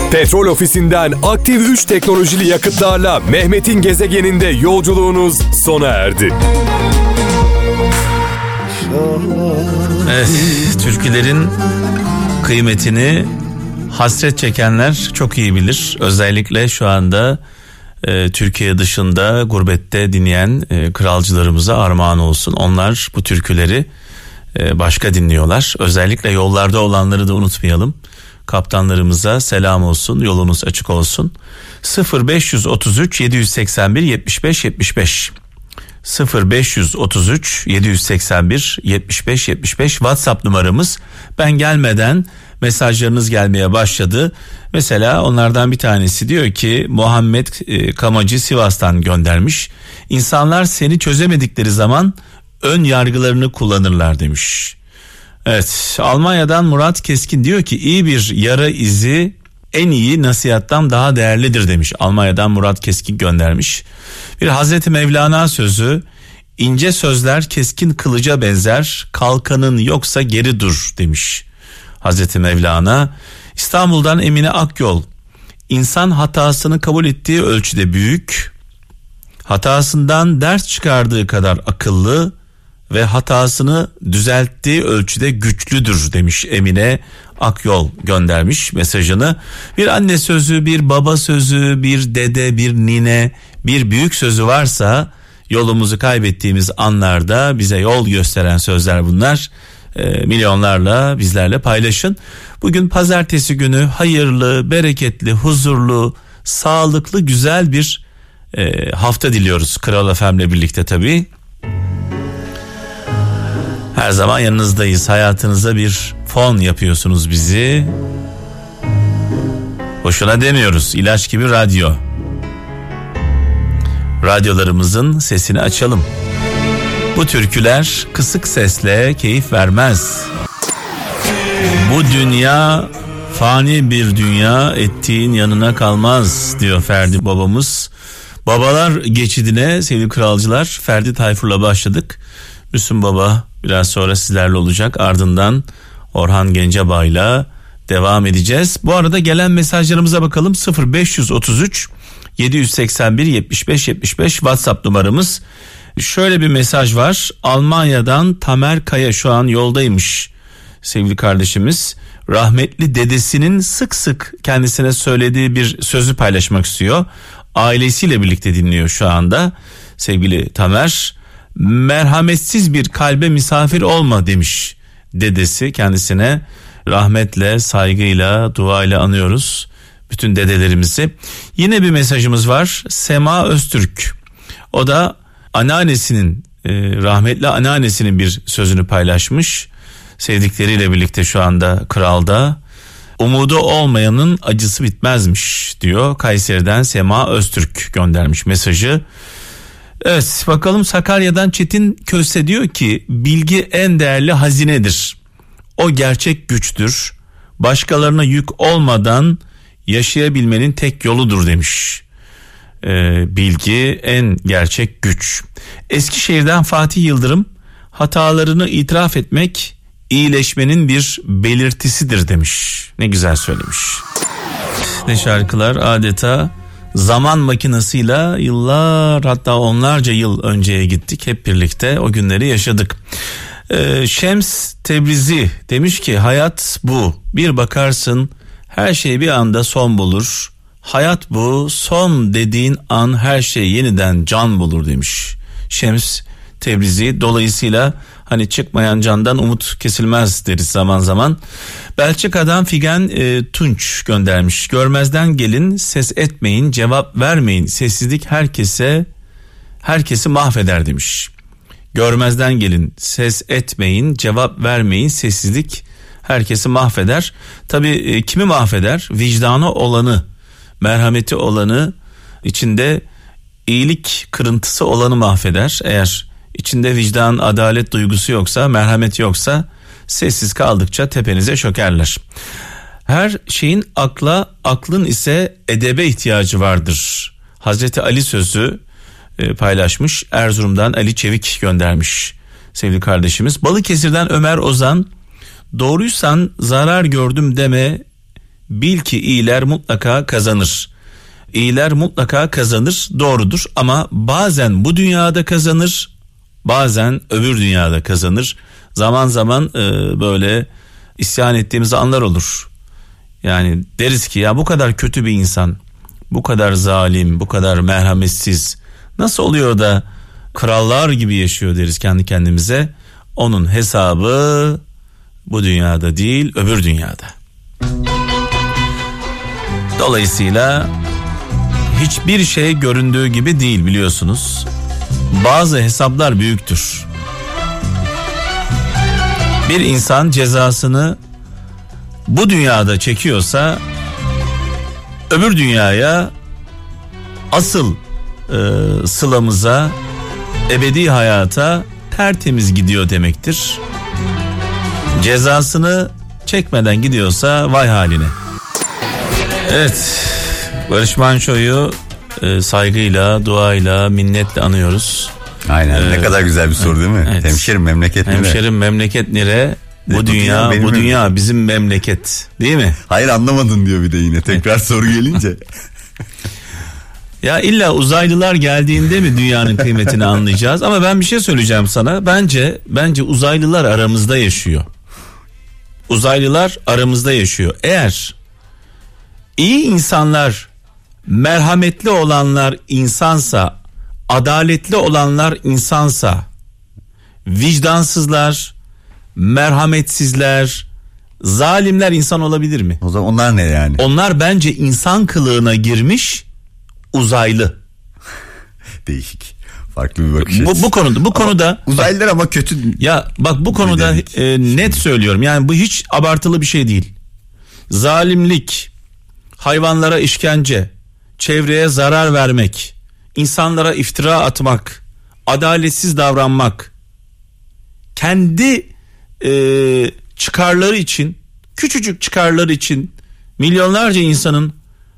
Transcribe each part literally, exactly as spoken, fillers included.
Petrol Ofisi'nden aktif üç teknolojili yakıtlarla Mehmet'in gezegeninde yolculuğunuz sona erdi. Evet, türkülerin kıymetini hasret çekenler çok iyi bilir. Özellikle şu anda e, Türkiye dışında gurbette dinleyen e, kralcılarımıza armağan olsun. Onlar bu türküleri e, başka dinliyorlar. Özellikle yollarda olanları da unutmayalım. Kaptanlarımıza selam olsun, yolunuz açık olsun. sıfır beş yüz otuz üç yedi yüz seksen bir yetmiş beş yetmiş beş sıfır beş yüz otuz üç yedi yüz seksen bir yetmiş beş yetmiş beş WhatsApp numaramız. Ben gelmeden mesajlarınız gelmeye başladı. Mesela onlardan bir tanesi diyor ki Muhammed Kamacı Sivas'tan göndermiş. İnsanlar seni çözemedikleri zaman ön yargılarını kullanırlar demiş. Evet, Almanya'dan Murat Keskin diyor ki iyi bir yara izi en iyi nasihattan daha değerlidir demiş. Almanya'dan Murat Keskin göndermiş. Bir Hazreti Mevlana sözü, ince sözler keskin kılıca benzer, kalkanın yoksa geri dur demiş Hazreti Mevlana. İstanbul'dan Emine Akyol, insan hatasını kabul ettiği ölçüde büyük, hatasından ders çıkardığı kadar akıllı ve hatasını düzelttiği ölçüde güçlüdür demiş Emine Akyol göndermiş mesajını. Bir anne sözü, bir baba sözü, bir dede, bir nine, bir büyük sözü varsa yolumuzu kaybettiğimiz anlarda bize yol gösteren sözler bunlar. E, milyonlarla bizlerle paylaşın. Bugün pazartesi günü hayırlı, bereketli, huzurlu, sağlıklı, güzel bir e, hafta diliyoruz Kral F M'le birlikte tabii. Her zaman yanınızdayız. Hayatınıza bir fon yapıyorsunuz bizi. Boşuna demiyoruz. İlaç gibi radyo. Radyolarımızın sesini açalım. Bu türküler kısık sesle keyif vermez. Bu dünya fani bir dünya, ettiğin yanına kalmaz diyor Ferdi babamız. Babalar geçidine sevgili kralcılar, Ferdi Tayfur'la başladık. Müslüm Baba biraz sonra sizlerle olacak. Ardından Orhan Gencebay'la devam edeceğiz. Bu arada gelen mesajlarımıza bakalım. sıfır beş yüz otuz üç yedi yüz seksen bir yetmiş beş yetmiş beş WhatsApp numaramız. Şöyle bir mesaj var. Almanya'dan Tamer Kaya şu an yoldaymış sevgili kardeşimiz. Rahmetli dedesinin sık sık kendisine söylediği bir sözü paylaşmak istiyor. Ailesiyle birlikte dinliyor şu anda sevgili Tamer. Merhametsiz bir kalbe misafir olma demiş dedesi kendisine. Rahmetle, saygıyla, duayla anıyoruz bütün dedelerimizi. Yine bir mesajımız var. Sema Öztürk. O da anneannesinin, e, rahmetli anneannesinin bir sözünü paylaşmış. Sevdikleriyle birlikte şu anda Kral'da. Umudu olmayanın acısı bitmezmiş diyor. Kayseri'den Sema Öztürk göndermiş mesajı. Evet, bakalım Sakarya'dan Çetin Köse diyor ki bilgi en değerli hazinedir. O gerçek güçtür. Başkalarına yük olmadan yaşayabilmenin tek yoludur demiş. Ee, bilgi en gerçek güç. Eskişehir'den Fatih Yıldırım, hatalarını itiraf etmek iyileşmenin bir belirtisidir demiş. Ne güzel söylemiş. Ne şarkılar, adeta zaman makinesiyle yıllar, hatta onlarca yıl önceye gittik. Hep birlikte o günleri yaşadık. Ee, Şems Tebrizi demiş ki hayat bu. Bir bakarsın her şey bir anda son bulur. Hayat bu, son dediğin an her şey yeniden can bulur demiş Şems Tebrizi. Dolayısıyla hani çıkmayan candan umut kesilmez deriz zaman zaman. Belçika'dan Figen e, Tunç göndermiş. Görmezden gelin, ses etmeyin, cevap vermeyin. Sessizlik herkese herkesi mahveder demiş. Görmezden gelin, ses etmeyin, cevap vermeyin. Sessizlik herkesi mahveder. Tabii e, kimi mahveder? Vicdanı olanı, merhameti olanı, içinde iyilik kırıntısı olanı mahveder. Eğer içinde vicdan, adalet duygusu yoksa, merhamet yoksa sessiz kaldıkça tepenize çökerler. Her şeyin akla, aklın ise edebe ihtiyacı vardır. Hazreti Ali sözü e, paylaşmış. Erzurum'dan Ali Çevik göndermiş sevgili kardeşimiz. Balıkesir'den Ömer Ozan, doğruysan zarar gördüm deme, bil ki iyiler mutlaka kazanır. İyiler mutlaka kazanır, doğrudur, ama bazen bu dünyada kazanır, bazen öbür dünyada kazanır. Zaman zaman e, böyle isyan ettiğimiz anlar olur. Yani deriz ki ya bu kadar kötü bir insan, bu kadar zalim, bu kadar merhametsiz nasıl oluyor da krallar gibi yaşıyor deriz kendi kendimize. Onun hesabı bu dünyada değil, öbür dünyada. Dolayısıyla hiçbir şey göründüğü gibi değil, biliyorsunuz. Bazı hesaplar büyüktür. Bir insan cezasını bu dünyada çekiyorsa öbür dünyaya, asıl e, sılamıza, ebedi hayata tertemiz gidiyor demektir. Cezasını çekmeden gidiyorsa vay haline. Evet, Barış Manço'yu e, saygıyla, duayla, minnetle anıyoruz. Aynen. Ee, ne kadar güzel bir soru değil mi? Evet. Hemşerim memleket nere? Hemşerim memleket nere? Bu, bu dünya, dünya bu benim dünya bizim memleket, değil mi? Hayır, anlamadın diyor bir de yine. Tekrar soru gelince. Ya illa uzaylılar geldiğinde mi dünyanın kıymetini anlayacağız? Ama ben bir şey söyleyeceğim sana. Bence bence uzaylılar aramızda yaşıyor. Uzaylılar aramızda yaşıyor. Eğer iyi insanlar, merhametli olanlar insansa, adaletli olanlar insansa, vicdansızlar, merhametsizler, zalimler insan olabilir mi? O zaman onlar ne yani? Onlar bence insan kılığına girmiş uzaylı. Değişik. Farklı bir bakış Bu, açısı. bu konuda bu ama konuda uzaylılar ama kötü. Ya bak bu konuda e, net söylüyorum. Yani bu hiç abartılı bir şey değil. Zalimlik, hayvanlara işkence, çevreye zarar vermek, insanlara iftira atmak, adaletsiz davranmak, kendi e, çıkarları için, küçücük çıkarları için milyonlarca insanın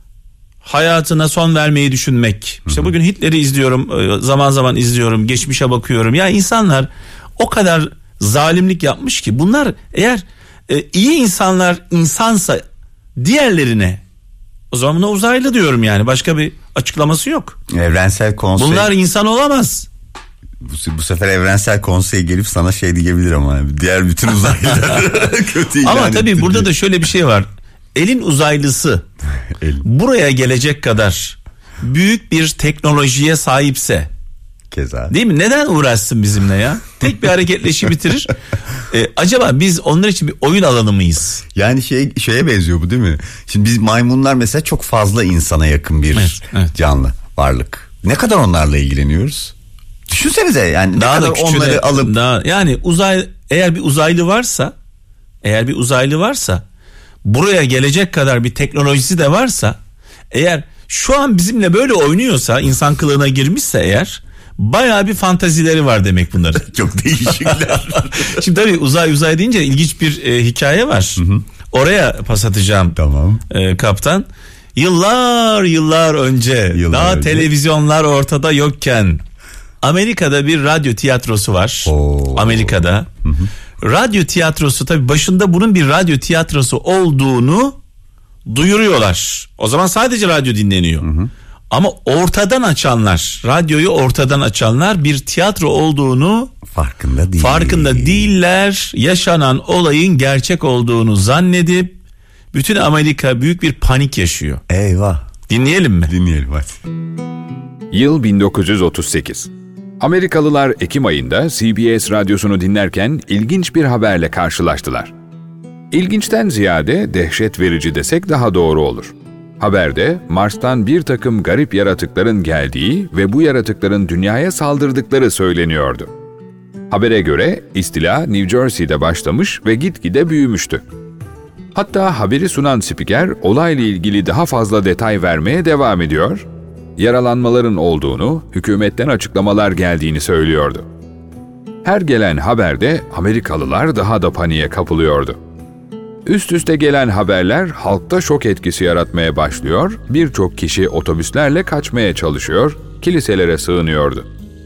hayatına son vermeyi düşünmek. İşte bugün Hitler'i izliyorum, zaman zaman izliyorum, geçmişe bakıyorum. Ya insanlar o kadar zalimlik yapmış ki, bunlar eğer e, iyi insanlar insansa diğerlerine, o zaman uzaylı diyorum yani, başka bir açıklaması yok. Evrensel konsey. Bunlar insan olamaz. Bu, bu sefer evrensel konsey gelip sana şey diyebilir ama diğer bütün uzaylılar kötü ilan Ama tabii etti burada diye. da şöyle bir şey var. Elin uzaylısı El. buraya gelecek kadar büyük bir teknolojiye sahipse, Keza. değil mi? Neden uğraşsın bizimle ya? Tek bir hareketle işi bitirir. Ee, acaba biz onlar için bir oyun alanı mıyız? Yani şey şeye benziyor bu değil mi? Şimdi biz maymunlar mesela çok fazla insana yakın bir Evet, evet. canlı varlık. Ne kadar onlarla ilgileniyoruz? Düşünsenize yani ne Daha kadar da küçüğüne, onları alıp daha, yani uzay, eğer bir uzaylı varsa, eğer bir uzaylı varsa, buraya gelecek kadar bir teknolojisi de varsa, eğer şu an bizimle böyle oynuyorsa, insan kılığına girmişse eğer, bayağı bir fantazileri var demek bunların. çok değişikler. Şimdi tabii uzay uzay deyince ilginç bir e, hikaye var. Hı hı. Oraya pas atacağım. Tamam. E, kaptan. Yıllar yıllar önce, Yıllar daha önce. televizyonlar ortada yokken, Amerika'da bir radyo tiyatrosu var. Oo. Amerika'da. Hı hı. Radyo tiyatrosu, tabii başında bunun bir radyo tiyatrosu olduğunu duyuruyorlar. O zaman sadece radyo dinleniyor. Hı hı. Ama ortadan açanlar, radyoyu ortadan açanlar bir tiyatro olduğunu Farkında değil. farkında değiller. Yaşanan olayın gerçek olduğunu zannedip bütün Amerika büyük bir panik yaşıyor. Eyvah. Dinleyelim mi? Dinleyelim hadi. Yıl bin dokuz yüz otuz sekiz. Amerikalılar Ekim ayında C B S radyosunu dinlerken ilginç bir haberle karşılaştılar. İlginçten ziyade dehşet verici desek daha doğru olur. Haberde Mars'tan bir takım garip yaratıkların geldiği ve bu yaratıkların dünyaya saldırdıkları söyleniyordu. Habere göre istila New Jersey'de başlamış ve gitgide büyümüştü. Hatta haberi sunan spiker olayla ilgili daha fazla detay vermeye devam ediyor, yaralanmaların olduğunu, hükümetten açıklamalar geldiğini söylüyordu. Her gelen haberde Amerikalılar daha da paniğe kapılıyordu. Üst üste gelen haberler halkta şok etkisi yaratmaya başlıyor, birçok kişi otobüslerle kaçmaya çalışıyor, kiliselere sığınıyordu.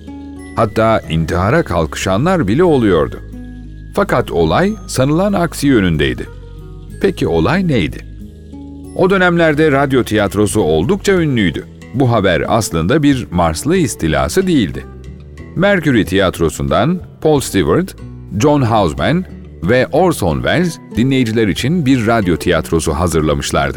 Hatta intihara kalkışanlar bile oluyordu. Fakat olay sanılan aksi yönündeydi. Peki olay neydi? O dönemlerde radyo tiyatrosu oldukça ünlüydü. Bu haber aslında bir Marslı istilası değildi. Mercury tiyatrosundan Paul Stewart, John Houseman ve Orson Welles dinleyiciler için bir radyo tiyatrosu hazırlamışlardı.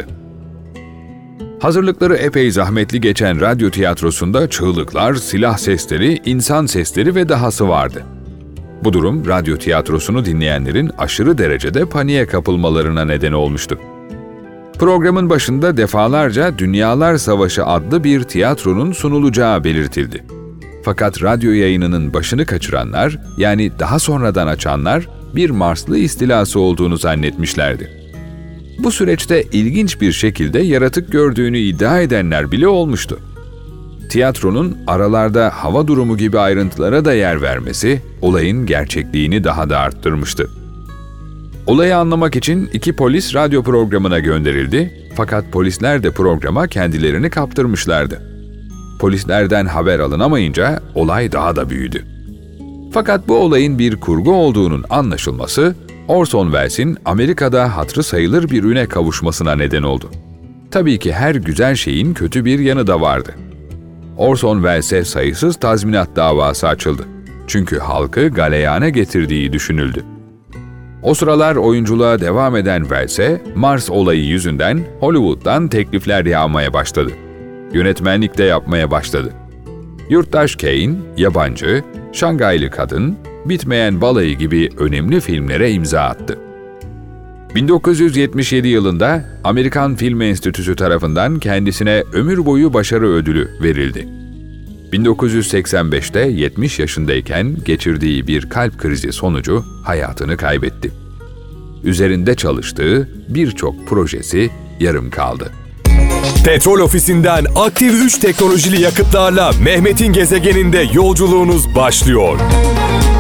Hazırlıkları epey zahmetli geçen radyo tiyatrosunda çığlıklar, silah sesleri, insan sesleri ve dahası vardı. Bu durum radyo tiyatrosunu dinleyenlerin aşırı derecede paniğe kapılmalarına neden olmuştu. Programın başında defalarca Dünyalar Savaşı adlı bir tiyatronun sunulacağı belirtildi. Fakat radyo yayınının başını kaçıranlar, yani daha sonradan açanlar, bir Marslı istilası olduğunu zannetmişlerdi. Bu süreçte ilginç bir şekilde yaratık gördüğünü iddia edenler bile olmuştu. Tiyatronun aralarda hava durumu gibi ayrıntılara da yer vermesi, olayın gerçekliğini daha da arttırmıştı. Olayı anlamak için iki polis radyo programına gönderildi, fakat polisler de programa kendilerini kaptırmışlardı. Polislerden haber alınamayınca olay daha da büyüdü. Fakat bu olayın bir kurgu olduğunun anlaşılması, Orson Welles'in Amerika'da hatırı sayılır bir üne kavuşmasına neden oldu. Tabii ki her güzel şeyin kötü bir yanı da vardı. Orson Welles'e sayısız tazminat davası açıldı. Çünkü halkı galeyana getirdiği düşünüldü. O sıralar oyunculuğa devam eden Welles'e Mars olayı yüzünden Hollywood'dan teklifler yağmaya başladı. Yönetmenlik de yapmaya başladı. Yurttaş Kane, Yabancı, Şangaylı Kadın, Bitmeyen Balayı gibi önemli filmlere imza attı. bin dokuz yüz yetmiş yedi yılında Amerikan Film Enstitüsü tarafından kendisine ömür boyu başarı ödülü verildi. bin dokuz yüz seksen beşte yetmiş yaşındayken geçirdiği bir kalp krizi sonucu hayatını kaybetti. Üzerinde çalıştığı birçok projesi yarım kaldı. Petrol Ofisi'nden Aktif üç teknolojili yakıtlarla Mehmet'in gezegeninde yolculuğunuz başlıyor.